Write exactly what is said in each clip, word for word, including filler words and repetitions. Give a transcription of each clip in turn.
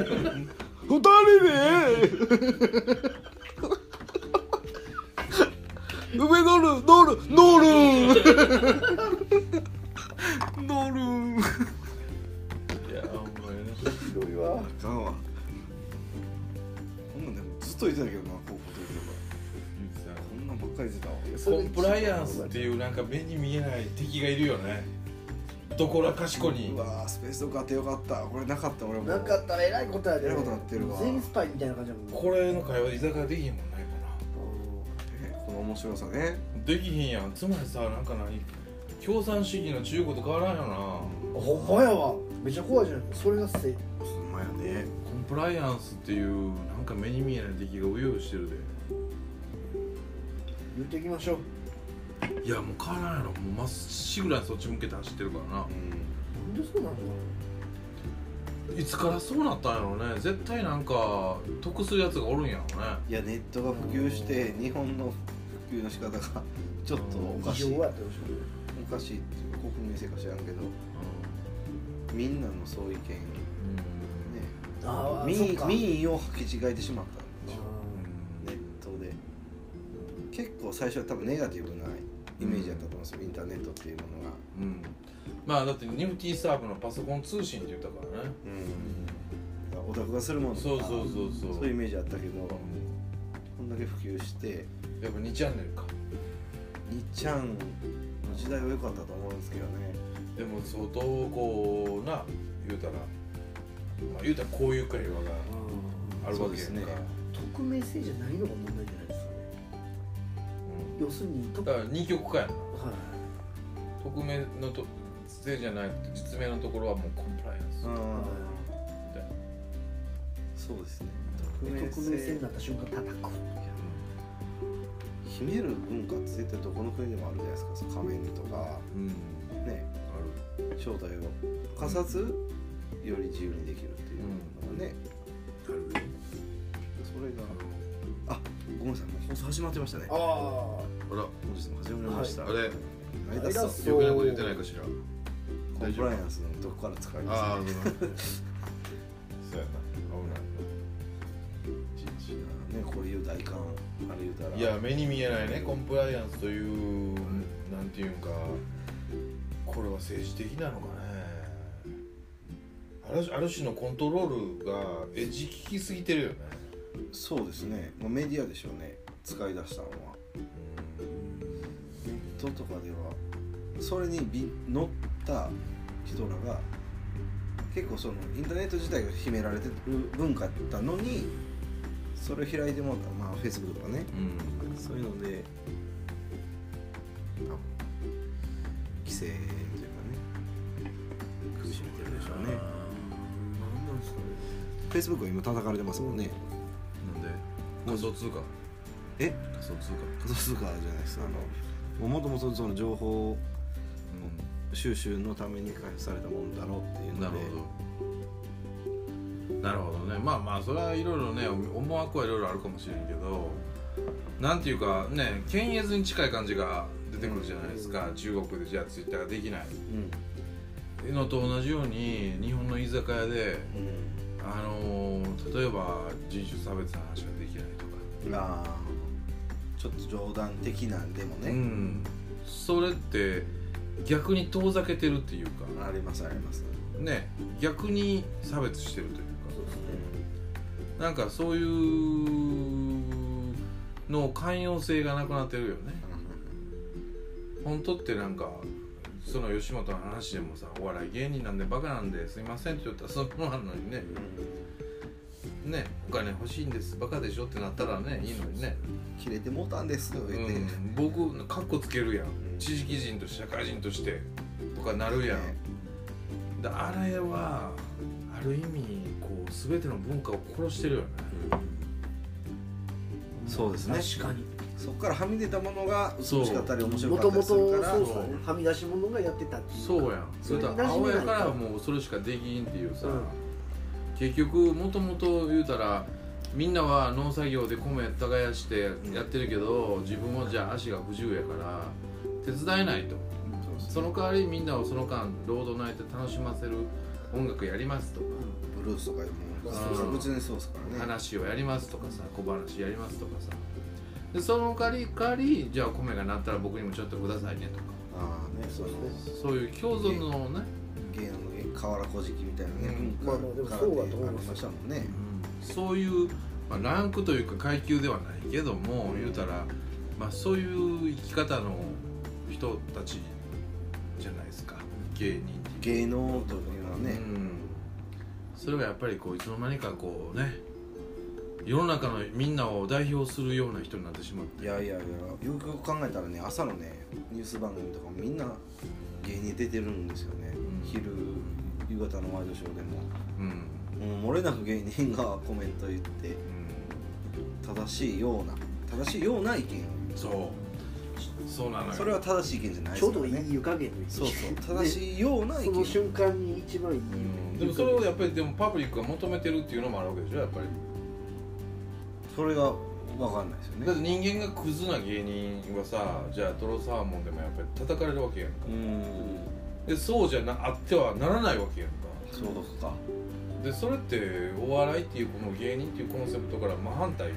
二人で上乗る乗る乗る乗る。 いやお前ねひどいわ。あかんわ。こんなんでもずっと言ってたけどな、高校の時とかこんなんばっかり言ってたわ。 コンプライアンスっていうなんか目に見えない敵がいるよね。どこらかしこに。 うわー、スペースドッグあってよかった。これなかった俺も。 なかったらえらいことやで。 えらいことなってるわ。 全員スパイみたいな感じだもん。 これの会話居酒屋できへんもんないかこの面白さね。 な。できへんやん。つまりさ、なんか何共産主義の中国と変わらんよな。 ほんまやわ。めっちゃ怖いじゃん。それがせい。 ほんまやね。 コンプライアンスっていうなんか目に見えない敵がうようよしてるで。 言っていきましょう。 いやもう変わらんやろ。もうまっしぐらにそっち向けて走ってるからな。 なんでそうなの？ いつからそうなったんやろうね。絶対なんか得するやつがおるんやろうね。 いや、ネットが普及して日本の普及の仕方がちょっとおかしい。 異常やったでしおかしいっていうか国民性か知らんけど、みんなのそういう意見ね、 ょ。ああ、 民そっか。 民意を履き違えてしまったんでしょ。ネットで結構最初は多分ネガティブなイメージだったと思うんですよ、インターネットっていうものが。 うん。まあだってニフティサーブのパソコン通信って言ったからね。 うん。オタクがするものとかそうそうそうそう。 そういうイメージあったけど、こんだけ普及してやっぱにチャンネルか。 にちゃんの時代は良かったと思うんですけどね。 でも相当こうな言うたら、まあ言うたらこういう会話があるわけやんか。 そうですね。 匿名性じゃないのが問題じゃないですかね。要するにだから二極化やんな。 はい。 匿名のと性じゃない実名のところはもうコンプライアンス。 うん。 みたいな。 そうですね。 匿名性になった瞬間叩く。 秘める文化って絶対どこの国でもあるじゃないですか。その仮面とか、 うん。 ね、 ある。 正体を明かさずより自由にできるっていうのがね、 あるで。 それがあ、ごめんなさい、もう放送始まってましたね。 ああ。 あら、 本日も始まりました。 あれ、 あれだっす。 余計なこと言ってないかしら。 コンプライアンスのどこから使いますああ、 ね。 そうやな。危ない。 ね、こういう大官あれ言うたら。 いや、目に見えないね、コンプライアンスというなんていうんか、これは政治的なのかね。ある、ある種のコントロールがエッジ効きすぎてるよね。 そうですね。まあ、メディアでしょうね。使い出したのは。ネットとかではそれにび乗った人らが結構そのインターネット自体が秘められてる文化だったのに、それを開いてもらったまあ Facebook とかね、 うん、 そういうので多分規制というかね苦しめてるでしょうね。 なんなんですかね。 Facebook は今叩かれてますもんね。 なんで仮想通貨え仮想通貨仮想通貨じゃないですか。あのもともとその情報収集のために開発されたものだろうっていうので。 なるほどなるほどね。まあまあそれはいろいろね思惑はいろいろあるかもしれんけど、なんていうかね検閲に近い感じが出てくるじゃないですか、うん、中国でじゃあツイッターができない、うん、のと同じように日本の居酒屋で、うん、あのー、例えば人種差別の話ができないとか、 あちょっと冗談的なんでもね、 うん、それって逆に遠ざけてるっていうか、 ありますありますね、逆に差別してるというか、 そうですね、 なんかそういうの寛容性がなくなってるよね。本当ってなんかその吉本の話でもさ、お笑い芸人なんでバカなんですいませんって言ったらそのままなのにね、うん、ね、お金欲しいんですバカでしょってなったらねいいのにね、 切れてもうたんです言って、うん、 僕カッコつけるやん、うん、知識人として社会人としてとかなるやん、ね、だあれはある意味こう全ての文化を殺してるよね、 うん、そうですね。 確かにそこからはみ出たものが美しかったり面白もかったりするから、 もともとそうですね、はみ出し物がやってたっていう。 そうやん。それと青やからもうそれしかできんっていうさ、うん、結局もともと言うたらみんなは農作業で米耕してやってるけど、自分はじゃあ足が不自由やから手伝えないと、うん、その代わりみんなをその間労働内で楽しませる音楽やりますとか、 ブルースとかでもうん別にそうですからね。 話をやりますとかさ、小話やりますとかさ、でその代わり代わりじゃあ米が鳴ったら僕にもちょっとくださいねとか、 ああね、そうそうそういう共存のね、 芸能の河原小敷みたいなね、 うん文化まあまあでもからそうだと思いありますましたもんね。 そういう、まあ、ランクというか階級ではないけども、言うたら、まあ、そういう生き方の人たちじゃないですか、芸人っていう芸能というのはね、 うん、それがやっぱりこういつの間にかこうね、世の中のみんなを代表するような人になってしまって、 いやいやいや、よくよく考えたらね、朝のねニュース番組とかもみんな芸人出てるんですよね、 うん昼夕方のワイドショーでも、 うんもう漏れなく芸人がコメント言って正しいような正しいような意見を言う、 そうそうなのよ。 それは正しい意見じゃないでちょうどいすからね。 い湯加減のそうそう、正しいような意見その瞬間に一番いい、 うん、でもそれをやっぱりでもパブリックが求めてるっていうのもあるわけでしょ、やっぱり。 それが分かんないですよね。 だって人間がクズな芸人はさ、じゃあトロサーモンでもやっぱり叩かれるわけやんか。 うん、 でそうじゃなあってはならないわけやんか。 そうですか。 でそれってお笑いっていうこの芸人っていうコンセプトから真反対よ。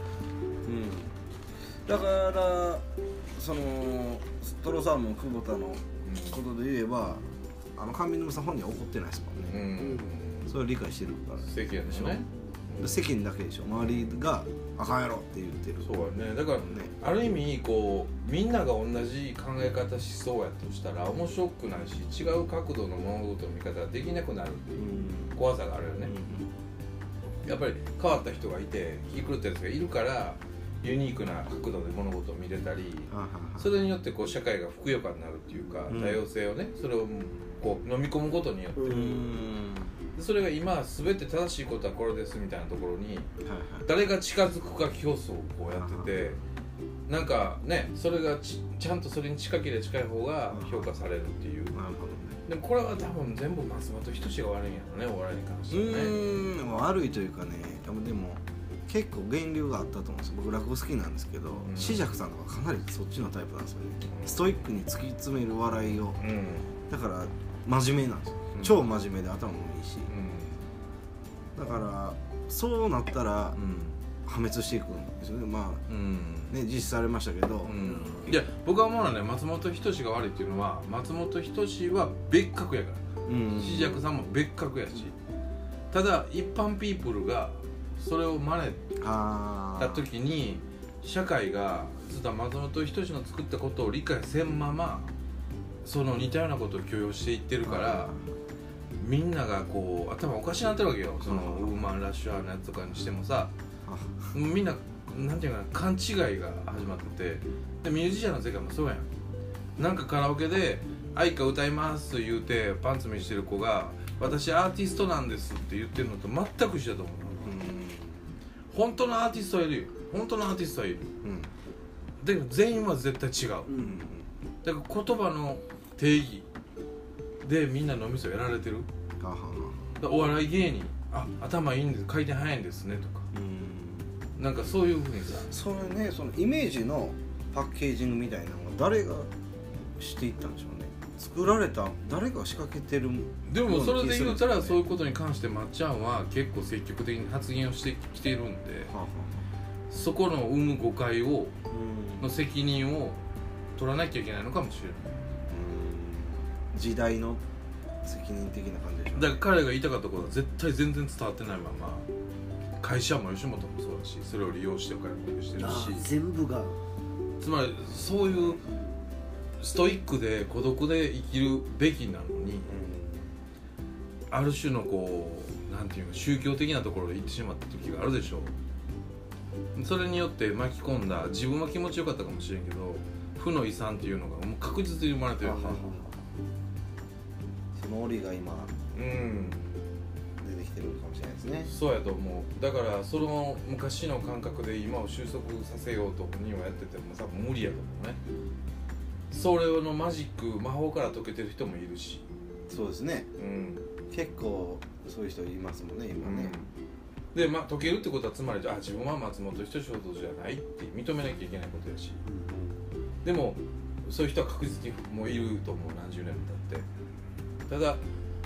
うん、だからそのトロサーモン久保田のことで言えば、あの上沼さん本人は怒ってないですもんね、 うん、 それを理解してるから世間でしょね。 で世間だけでしょ、周りがあかんやろって言ってる。 そうやね。だから、ね、ある意味こうみんなが同じ考え方しそうやとしたら面白くないし、違う角度の物事の見方ができなくなるっていう怖さがあるよね。やっぱり変わった人がいて気狂ったやつがいるからユニークな角度で物事を見れたり、それによってこう社会がふくよかになるっていうか、多様性をね、それをこう飲み込むことによって、でそれが今全て正しいことはこれですみたいなところに誰が近づくか競争をこうやってて、なんかね、それが ち, ちゃんとそれに近ければ近い方が評価されるっていう。でもこれは多分全部松本人志が悪いんやろね、お笑いに関してはね。 うーん、悪いというかね、でも結構源流があったと思うんですよ。僕落語好きなんですけど、紫尺、さんとかかなりそっちのタイプなんですよね、うん、ストイックに突き詰める笑いを、うん、だから真面目なんですよ、うん、超真面目で頭もいいし、うん、だからそうなったら、うん、破滅していくんですよね。まあ、うんね、実施されましたけど、 うん、いや僕は思うのはね、松本人志が悪いっていうのは、松本人志は別格やから、紫尺、うん、さんも別格やし、ただ一般ピープルがそれを真似た時に社会が実は松本人志の作ったことを理解せんままその似たようなことを許容していってるから、みんながこう頭おかしなってるわけよ。そのウーマンラッシュアワーのやつとかにしてもさ、みんななんていうかな、勘違いが始まってて、でミュージシャンの世界もそうやん。なんかカラオケで愛歌歌います言うてパンツ見してる子が私アーティストなんですって言ってるのと全く一緒だと思う。本当のアーティストはいるよ、本当のアーティストはいる、うん、でも全員は絶対違う、うん、だから言葉の定義でみんなのみそやられてる。はははお笑い芸人、あ、頭いいんです、回転早いんですねとか、うん、なんかそういうふうにさ、 それね、そのイメージのパッケージングみたいなのが誰がしていったんでしょうね。作られた誰が仕掛けてる。 でもそれで言うたら、そういうことに関してまっちゃんは結構積極的に発言をしてきてるんで、はあはあ、そこの生む誤解を、うん、の責任を取らなきゃいけないのかもしれない。 うん、時代の責任的な感じでしょうね。 だから彼が言いたかったことは絶対全然伝わってないまま、会社も吉本もそうだし、それを利用してお金もしてるし、 全部がつまりそういうストイックで孤独で生きるべきなのに、うん、ある種のこうなんていうか宗教的なところで行ってしまった時があるでしょう。それによって巻き込んだ、自分は気持ちよかったかもしれんけど負の遺産っていうのがもう確実に生まれてる。はははその檻が今、うん、出てきてるかもしれないですね。 そうやと思う。だからその昔の感覚で今を収束させようと本人はやってても多分無理やと思うね。それのマジック、魔法から解けてる人もいるし。 そうですね、うん、結構そういう人いますもんね今ね、 うん、で、まあ、解けるってことはつまりあ自分は松本人志ほどじゃないって認めなきゃいけないことやし、うん、でもそういう人は確実にもういると思う。何十年も経って。ただ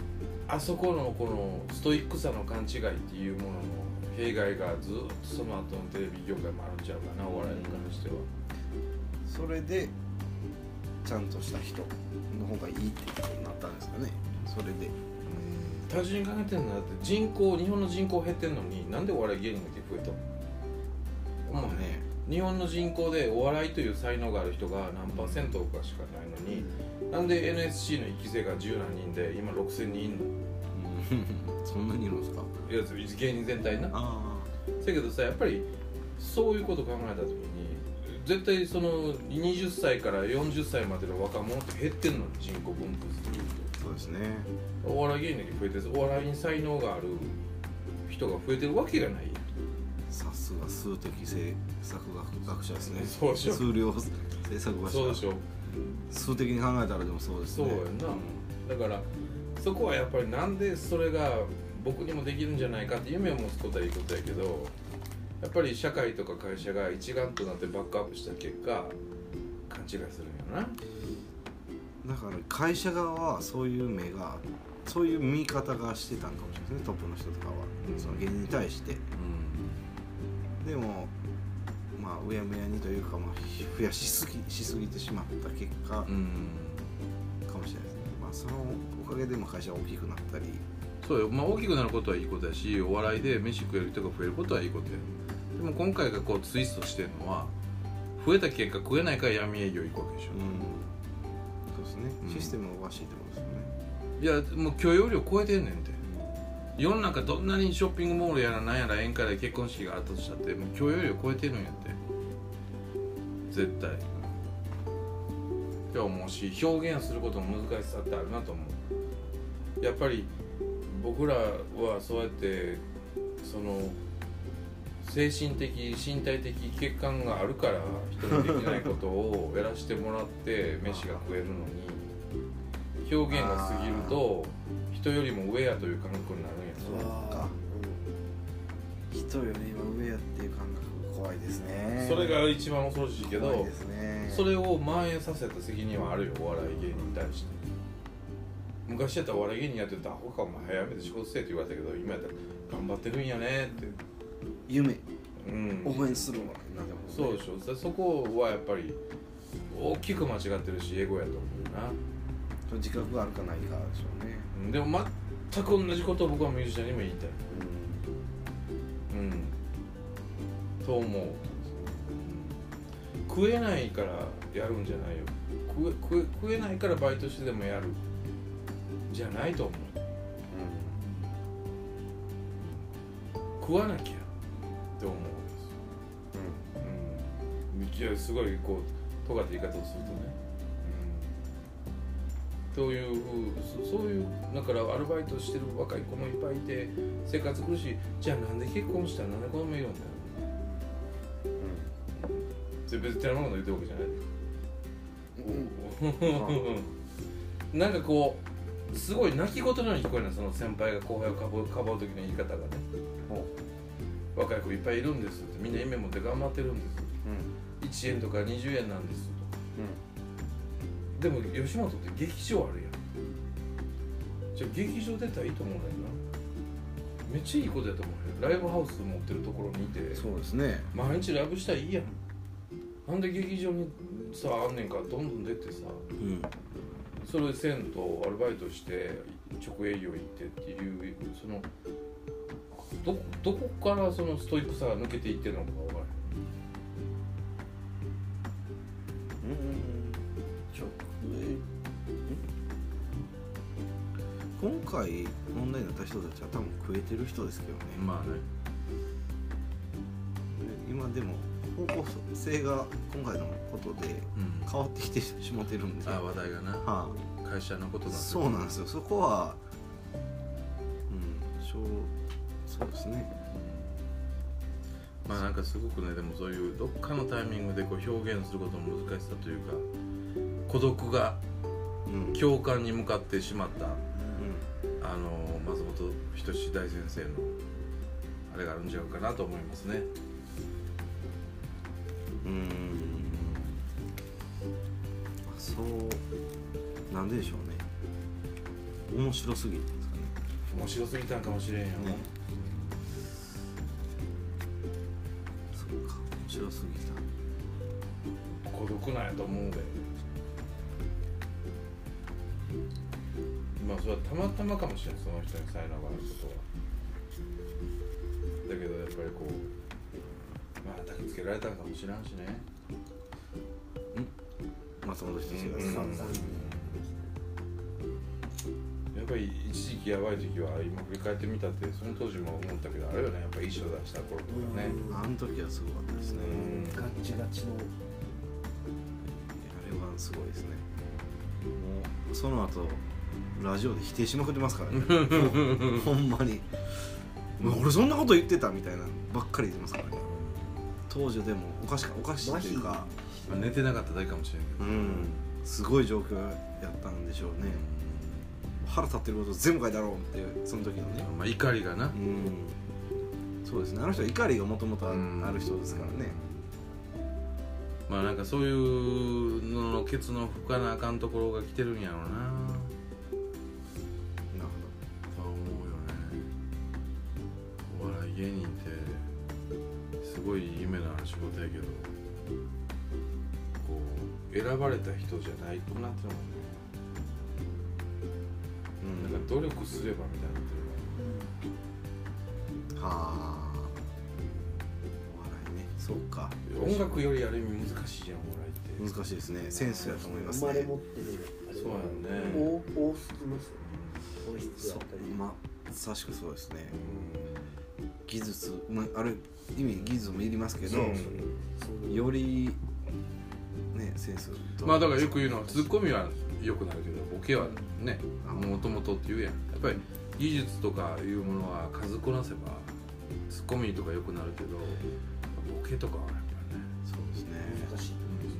あそこのこのストイックさの勘違いっていうものの弊害がずっとその後のテレビ業界もあるんちゃうかな、お笑いに関しては。 それでちゃんとした人の方がいいってことになったんですかね。それで単純に考えてるのはだって人口日本の人口減ってんのになんでお笑い芸人だけ増えたの？ まあね、 日本の人口でお笑いという才能がある人が何パーセントかしかないのに、なんで エヌエスシー のいっき生がじゅう何人で今ろくせんにんいんの？ そんなにいるんですか？ いや芸人全体な。 あだけどさ、やっぱりそういうことを考えた時に絶対そのはたちからよんじゅっさいまでの若者って減ってんのに、人口分布数でいうあ、そうですね。 とお笑い芸人だけ増えてる、お笑いに才能がある人が増えてるわけがない。 さすが数的政策学学者ですね。 そうでしょ。 数量政策学者。 そうでしょ。 数的に考えたらでもそうですね。 そうやんな。だからそこはやっぱりなんでそれが僕にもできるんじゃないかって夢を持つことはいいことやけど、やっぱり社会とか会社が一丸となってバックアップした結果勘違いするんよな。 だから会社側はそういう目がそういう見方がしてたんかもしれないですね、トップの人とかは、うん、その芸人に対して、うん、でもまあうやむやにというか、まあ、増やしすぎしすぎてしまった結果、うん、かもしれないですね。まあそのおかげでも会社が大きくなったり、 そうよ、まあ、大きくなることはいいことやし、お笑いで飯食える人が増えることはいいことや。でも今回がこうツイストしてるのは、増えた結果食えないから闇営業行くわけでしょ。うん、 そうですね、うん、システムがおかしいってことですよね。 いやもう許容量超えてんねんて。世の中どんなにショッピングモールやらなんやら宴会で結婚式があったとしたってもう許容量超えてるんやって絶対って思うし、表現することの難しさってあるなと思う。やっぱり僕らはそうやってその精神的身体的欠陥があるから人にできないことをやらせてもらって飯が食えるのに、表現が過ぎると人よりも上やという感覚になるんや。 そうか、人よりも上やっていう感覚怖いですね。 それが一番恐ろしいけど、 怖いですね。それを蔓延させた責任はあるよ、お笑い芸人に対して。昔やったらお笑い芸人やってたらアホかお前早めて仕事せえって言われたけど、今やったら頑張ってるんやねって夢、 うん、 応援するわな。でも、ね、 そうでしょ。そこはやっぱり大きく間違ってるしエゴやと思うな。 自覚があるかないかでしょうね。 うん、でも全く同じことを僕はミュージシャンにも言いたい。うん、うん、と思う、うん、食えないからやるんじゃないよ。食え、食え、食えないからバイトしてでもやるじゃないと思う、うん、食わなきゃって思うんです、うんうん、いやすごいこう尖った言い方をするとね、うん、というそそういうだからアルバイトしてる若い子もいっぱいいて生活苦しい。じゃあなんで結婚したらなんで子供いるんだよ、うん、別に寺間のこと言ってるわけじゃない、うん、なんかこうすごい泣き言のように聞こえるの、その先輩が後輩をかばう、かばう時の言い方がね、若い子いっぱいいるんですって、みんな夢持って頑張ってるんです、うん、いちえんとかにじゅうえんなんですと、うん、でも吉本って劇場あるやん。じゃあ劇場出たらいいと思うんだよな。めっちゃいいことやと思うよ。ライブハウス持ってるところにいて、 そうですね、 毎日ライブしたらいいやん。なんで劇場にさあんねんからどんどん出てさ、うん、それでせんとアルバイトして直営業行ってっていうその ど, どこからそのストイックさが抜けていってるのか分からない。 うん、直営今回問題になった人たちは多分食えてる人ですけどね。 まあね。 今でも方向性が今回のことで変わってきてしまってるんで、 うん、あ話題がな、はあ、会社のことなんですよ。そうなんですよ。そこは、うん、そうですね。 まあなんかすごくね、でもそういうどっかのタイミングでこう表現することの難しさというか、孤独が共感に向かってしまった、うん、あの松本人志大先生のあれがあるんじゃないかなと思いますね。 うーん、そうなんででしょうね。面白すぎてですかね。 面白すぎたんかもしれんよ、ね、 そうか面白すぎた。 孤独なんやと思うで。まあそれはたまたまかもしれん、その人に才能があることは。だけどやっぱりこうまあ焚きつけられたんかもしれんしね。 松本人志がうんさ、 やっぱり一時期やばい時は今振り返ってみたってその当時も思ったけどあれよね、やっぱ衣装出した頃とかね、 あの時はすごかったですね。 うんガッチガチのあれはすごいですね。もうその後ラジオで否定しまくってますからねほんまに俺そんなこと言ってたみたいなばっかり言ってますからね。当時でもおかしかおかしいっていうか、 まあ寝てなかっただけかもしれんけど、 うんすごい状況やったんでしょうね。腹立ってること全部書いてあろうってその時のね、 まあ怒りがな、 うんそうですね。あの人は怒りがもともとある人ですからね。 まあなんかそういうののケツの吹かなあかんところが来てるんやろうななると思うよね。お笑い芸人ってすごい夢のある仕事やけど、こう選ばれた人じゃないくなってるもんね。 ほど。 なんか努力すればみたいになってるわ。 はあお笑いね。そうか音楽よりある意味難しいじゃん、お笑いって。 難しいですね。センスやと思いますね。 生まれ持ってるあれはそうやんね多多すぎますよね。音質そうだったり、 まさしくそうですね。技術、まあ、ある意味技術もいりますけど、 うんそうよりねセンスとまあだからよく言うのはツッコミは良くなるけどボケはねもともとって言うやん。やっぱり技術とかいうものは数こなせばツッコミとか良くなるけどボケとかはやっぱりねそうですね。 難しい。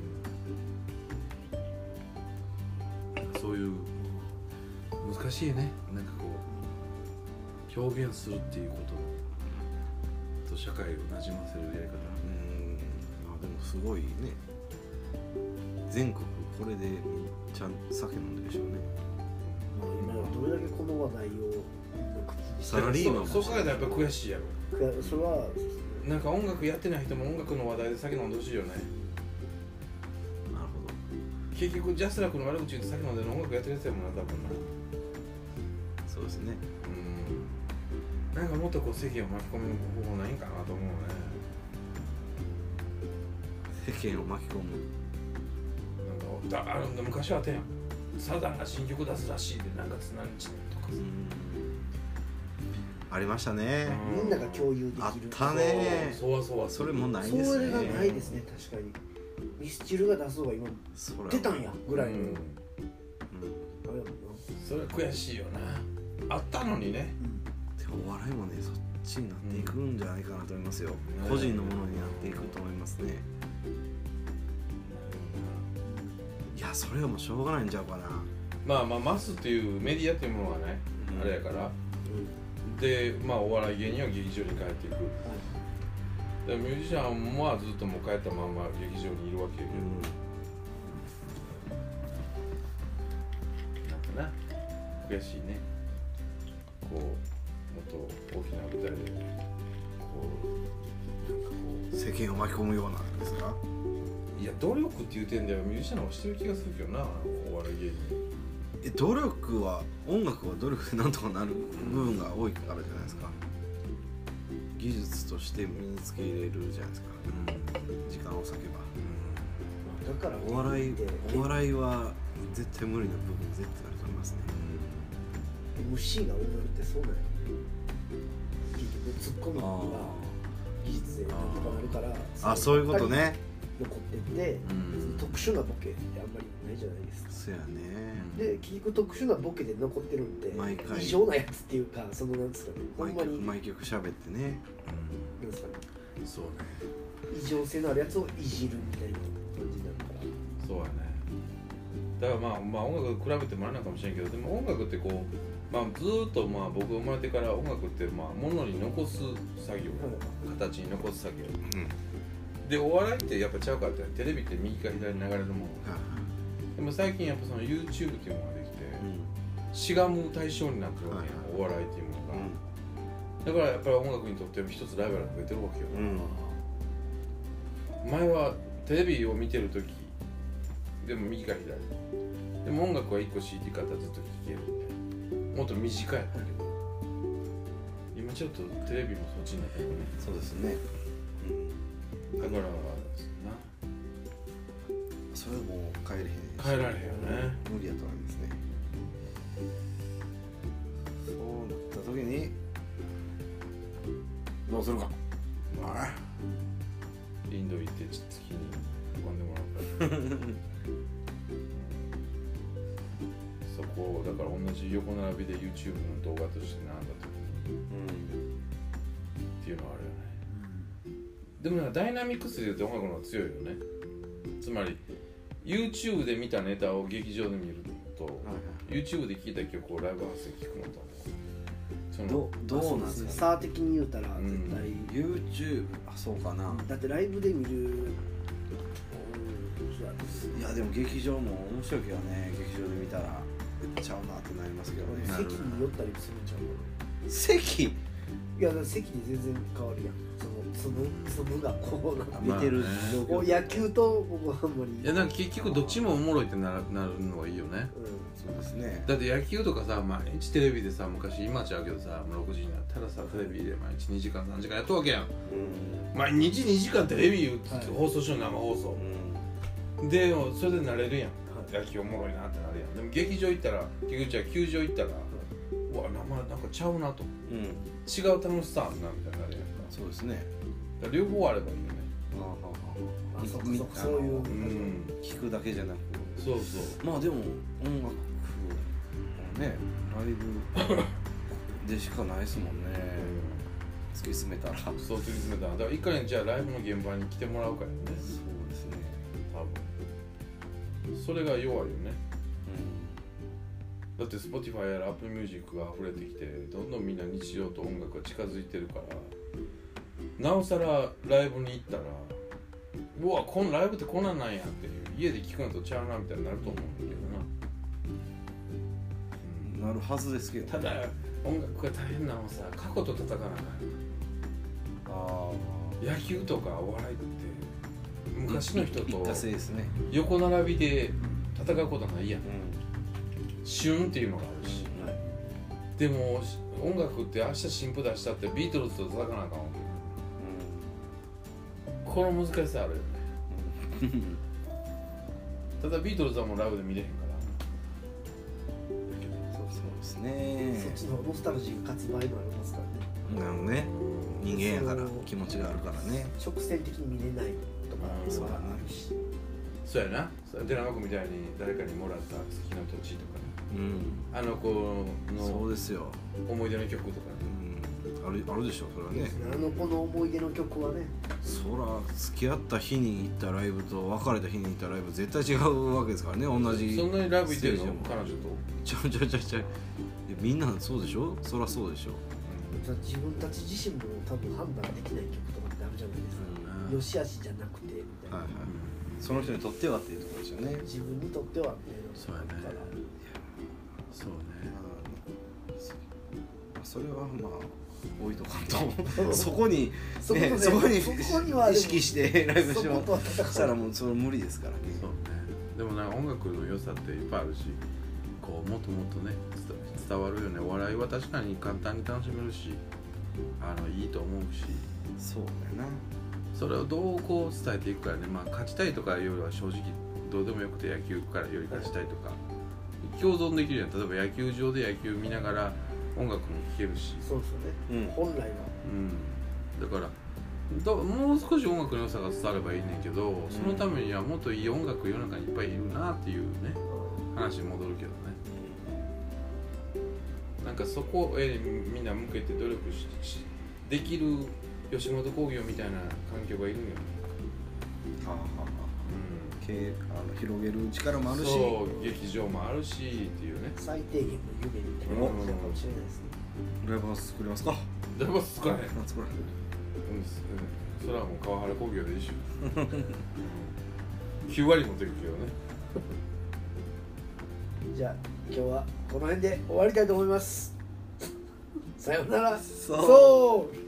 そういう難しいね。なんかこう表現するっていうことと社会をなじませるやり方。 うんまあでもすごいね。全国これでちゃん酒飲んでるでしょうね。 まあ今はどれだけこの話題を口にしてサラリーマンもそそこがやっぱ悔しいやろ。 それはなんか音楽やってない人も音楽の話題で酒飲んでほしいよね。 なるほど。 結局ジャスラックの悪口言って酒飲んでるの音楽やってるやつやもんな、多分な。 そうですね。 うんなんかもっとこう世間を巻き込む方法ないんかなと思うね。 世間を巻き込む。 なんかだあの昔はあったやん。サザンが新曲出すらしいで何月何日とかさ。 ありましたね。 みんなが共有できる。 あったね。 そうそうそうそれもないですね。 それがないですね、確かに。ミスチルが出すのが今それは出たんやぐらいの、 うんあれやもんな。 それ悔しいよな。あったのにね。 でお笑いもねそっちになっていくんじゃないかなと思いますよ。 うん個人のものになっていくと思いますね。いやそれはもうしょうがないんちゃうかな。 まあまあマスっていうメディアっていうものがね、 うんあれやからでまあお笑い芸人は劇場に帰っていくでミュージシャンはずっともう帰ったまんま劇場にいるわけやけど、なんかな悔しいね。こうもっと大きな舞台でこうなんかこ世間を巻き込むようなんですか。 ういや努力っていう点ではミュージシャンの方がしてる気がするけどな、お笑い芸人。 え努力は音楽は努力でなんとかなる部分が多いからじゃないですか。技術として身につけれるじゃないですか。時間を割けば。 だからお笑いってお笑いは絶対無理な部分絶対あると思いますね。 エムシー が踊るってそうなんや。結局ツッコミが技術でなんとかなるからあそういうことね。 残ってて、 うん特殊なボケってあんまりないじゃないですか。 そうやね。 で結局特殊なボケで残ってるんで毎回異常なやつっていうか、そのなんですかね、ほん毎まに曲毎曲喋ってね。 なんですかね、 そうね。 異常性のあるやつをいじるみたいな感じになるから。 そうやね。だからまあまあ音楽比べてもあれなんかもしれんけど、でも音楽ってこう、まあ、ずーっとまあ僕が生まれてから音楽ってまあ物に残す作業、形に残す作業。 うん。 でお笑いってやっぱちゃうからってテレビって右か左に流れるもの。でも最近やっぱその YouTube っていうものができて、 しがむ対象になってるわけや、はいはい、お笑いっていうものが、うん、だからやっぱり音楽にとっても一つライバルが増えてるわけよ、うん、前はテレビを見てる時でも右か左でも音楽はいっこ シーディー 買ったらずっと聴けるみたいなもっと短いやったけど、今ちょっとテレビもそっちになってるね。 そうですね、 うん、だからなそれはもう変えれへん変えられへんよね、 無理やと思いますね。そうなった時にどうするか、まあインド行って月に飛んでもらうからそこだから同じ横並びで YouTube の動画として並んだ時に、うん、っていうのはあるよね、うん、でもなんかダイナミックスで言うと音楽の方が強いよね。つまり YouTube で見たネタを劇場で見ると、はいはい、YouTube で聴いた曲をライブハウスで聴くのとそのど, どうなんですか、ね、 差的に言うたら絶対、うん、 YouTube あそうかな、 だってライブで見る、 いやでも劇場も面白いけどね、劇場で見たらちゃうなってなりますけどね。 席に寄ったりするんちゃうかな。 席いやだから席で全然変わるやん。その粒粒がこう見てる状況、野球と僕はあんまりいやなんか結局どっちもおもろいってな る, なるのがいいよね、 うん、そうですね。 だって野球とかさ毎日テレビでさ昔今ちゃうけどさろくじになったらさテレビで毎日にじかんさんじかんやっとるわけやん、うん、毎日にじかんテレビ放送しよう、生放送、うん、でそれで慣れるやん、野球おもろいなってなるやん。でも劇場行ったら劇場球場行ったらうわ生なんかちゃうなと、うん、違う楽しさあるなみたいになるやんか。 そうですね、 両方あればいいよね。 ああああそうそうそういう、うん、 聞くだけじゃなく、 そうそうまあでも音楽ねライブでしかないですもんね、うん、突き詰めたらそう突き詰めたらだから一回じゃあライブの現場に来てもらうからね。そうですね、 多分それが弱いよね、うん、だって Spotify やら Apple Music が溢れてきてどんどんみんな日常と音楽が近づいてるからなおさらライブに行ったらうわこのライブってこんなんなんやっていう家で聴くのとちゃうなみたいになると思うんだけどな、うん、なるはずですけど、 ただ音楽が大変なのはさ過去と戦わなあかん。野球とかお笑いって昔の人と横並びで戦うことないやん、うん、旬っていうのがあるし、うん、でも音楽って明日新譜出したってビートルズと戦わなあかんわけ。この難しさあるよねただビートルズはもうライブで見れへんからそうそうですね。 そっちのノスタルジーが勝つ場合もありますからね。 なるほどね、人間やから気持ちがあるからね、 直線的に見れないとかそうあるし、 そうやな。寺間君みたいに誰かにもらった好きな土地とかね、うん、あの子のそうですよ思い出の曲とかね、 ある, あるでしょそれはね。 あの子の思い出の曲はね、 そら付き合った日に行ったライブと別れた日に行ったライブ絶対違うわけですからね。同じそんなにライブ行ってるの彼女とちゃうちゃうちゃうちゃうみんなそうでしょ。そらそうでしょ、 うん、自分たち自身も多分判断できない曲とかってあるじゃないですか、うん、よしあしじゃなくてみたいな、はいはい、 その人にとってはっていうところですよね。 自分にとってはみたいな。 そうやね。そうね、 まあ、それはまあ置いとかんとそこに、ね、 そこね、 そこにそこには意識してライブしようしたらもうそれ無理ですからね。 そうね。でもなんか音楽の良さっていっぱいあるし、こうもっともっとね伝わるよね。お笑いは確かに簡単に楽しめるし、あのいいと思うし、 そうだよな。 それをどうこう伝えていくからね。まあ勝ちたいとかよりは正直どうでもよくて野球からより勝ちたいとか共存できるじゃん。例えば野球場で野球見ながら音楽も聴けるし、 そうですよね、うん、本来は、 うん、だからだもう少し音楽の良さが伝わればいいねんけど、うん、そのためにはもっといい音楽世の中にいっぱいいるなっていうね、うん、話に戻るけどね、うん、なんかそこへみんな向けて努力 し, しできる吉本興業みたいな環境がいるんよね。 はあはあ、うん、経あの広げる力もあるし、 そう劇場もあるしっていうね、 最低限の夢みたいなことかもしれないですね。 ライブハウス作りますか。 ライブハウス作らない。 作らない。 うん、それはもう川原工業でいいしきゅう割持っていくけどねじゃあ今日はこの辺で終わりたいと思います。さようなら。 そうそう